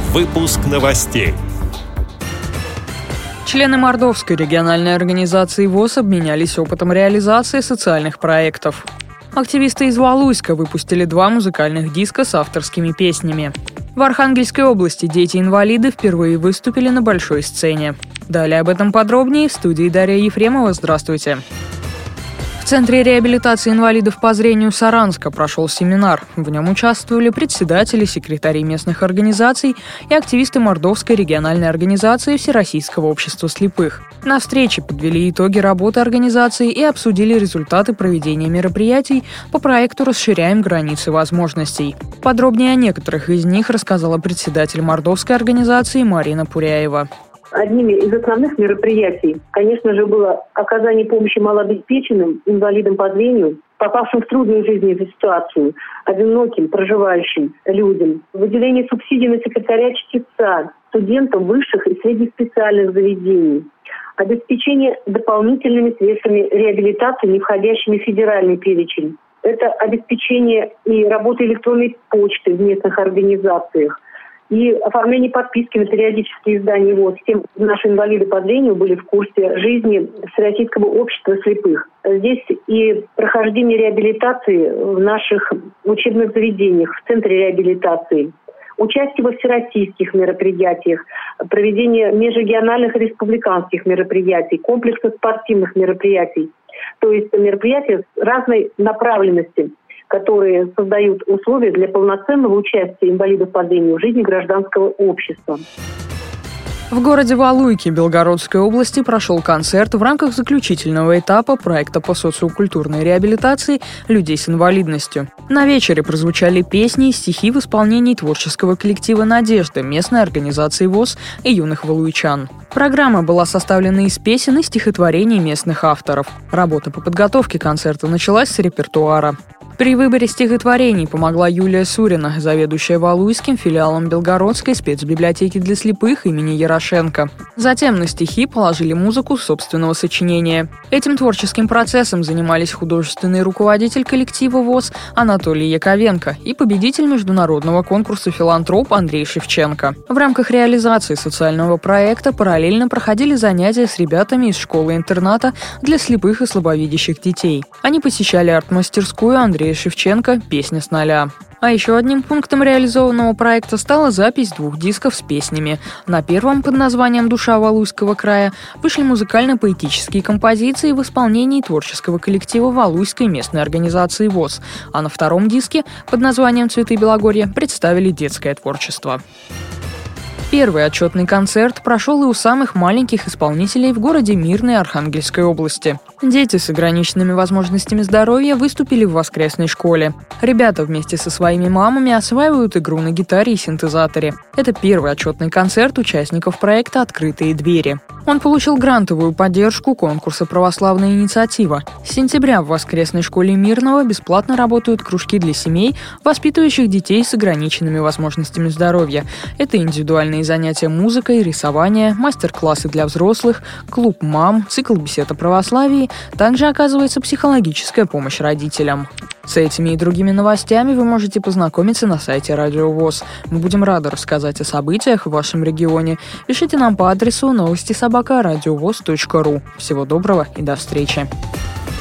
Выпуск новостей. Члены Мордовской региональной организации ВОС обменялись опытом реализации социальных проектов. Активисты из Валуйска выпустили 2 музыкальных диска с авторскими песнями. В Архангельской области дети-инвалиды впервые выступили на большой сцене. Далее об этом подробнее в студии Дарья Ефремова. Здравствуйте. В Центре реабилитации инвалидов по зрению Саранска прошел семинар. В нем участвовали председатели, секретари местных организаций и активисты Мордовской региональной организации Всероссийского общества слепых. На встрече подвели итоги работы организации и обсудили результаты проведения мероприятий по проекту «Расширяем границы возможностей». Подробнее о некоторых из них рассказала председатель Мордовской организации Марина Пуряева. Одними из основных мероприятий, конечно же, было оказание помощи малообеспеченным инвалидам по зрению, попавшим в трудную жизненную ситуацию, одиноким, проживающим людям, выделение субсидий на секретаря-чтеца, студентам высших и средних специальных заведений, обеспечение дополнительными средствами реабилитации, не входящими в федеральный перечень. Это обеспечение и работы электронной почты в местных организациях, и оформление подписки на периодические издания ВОС. Тем наши инвалиды по зрению были в курсе жизни Всероссийского общества слепых. Здесь и прохождение реабилитации в наших учебных заведениях, в Центре реабилитации, участие во всероссийских мероприятиях, проведение межрегиональных и республиканских мероприятий, комплексных спортивных мероприятий. То есть мероприятия разной направленности, которые создают условия для полноценного участия инвалидов по зрению в жизни гражданского общества. В городе Валуйки Белгородской области прошел концерт в рамках заключительного этапа проекта по социокультурной реабилитации людей с инвалидностью. На вечере прозвучали песни и стихи в исполнении творческого коллектива «Надежда» местной организации ВОС и юных валуйчан. Программа была составлена из песен и стихотворений местных авторов. Работа по подготовке концерта началась с репертуара. При выборе стихотворений помогла Юлия Сурина, заведующая Валуйским филиалом Белгородской спецбиблиотеки для слепых имени Ярошенко. Затем на стихи положили музыку собственного сочинения. Этим творческим процессом занимались художественный руководитель коллектива ВОС Анатолий Яковенко и победитель международного конкурса «Филантроп» Андрей Шевченко. В рамках реализации социального проекта параллельно проходили занятия с ребятами из школы-интерната для слепых и слабовидящих детей. Они посещали арт-мастерскую Андрея Шевченко «Песня с нуля». А еще одним пунктом реализованного проекта стала запись 2 дисков с песнями. На первом, под названием «Душа Валуйского края», вышли музыкально-поэтические композиции в исполнении творческого коллектива Валуйской местной организации ВОС, а на втором диске, под названием «Цветы Белогорья», представили детское творчество. Первый отчетный концерт прошел и у самых маленьких исполнителей в городе Мирной Архангельской области. Дети с ограниченными возможностями здоровья выступили в воскресной школе. Ребята вместе со своими мамами осваивают игру на гитаре и синтезаторе. Это первый отчетный концерт участников проекта «Открытые двери». Он получил грантовую поддержку конкурса «Православная инициатива». С сентября в воскресной школе Мирного бесплатно работают кружки для семей, воспитывающих детей с ограниченными возможностями здоровья. Это индивидуальные занятия музыкой, рисование, мастер-классы для взрослых, клуб мам, цикл бесед о православии. Также оказывается психологическая помощь родителям. С этими и другими новостями вы можете познакомиться на сайте Радио ВОС. Мы будем рады рассказать о событиях в вашем регионе. Пишите нам по адресу новости@радиовос.ру. Всего доброго и до встречи.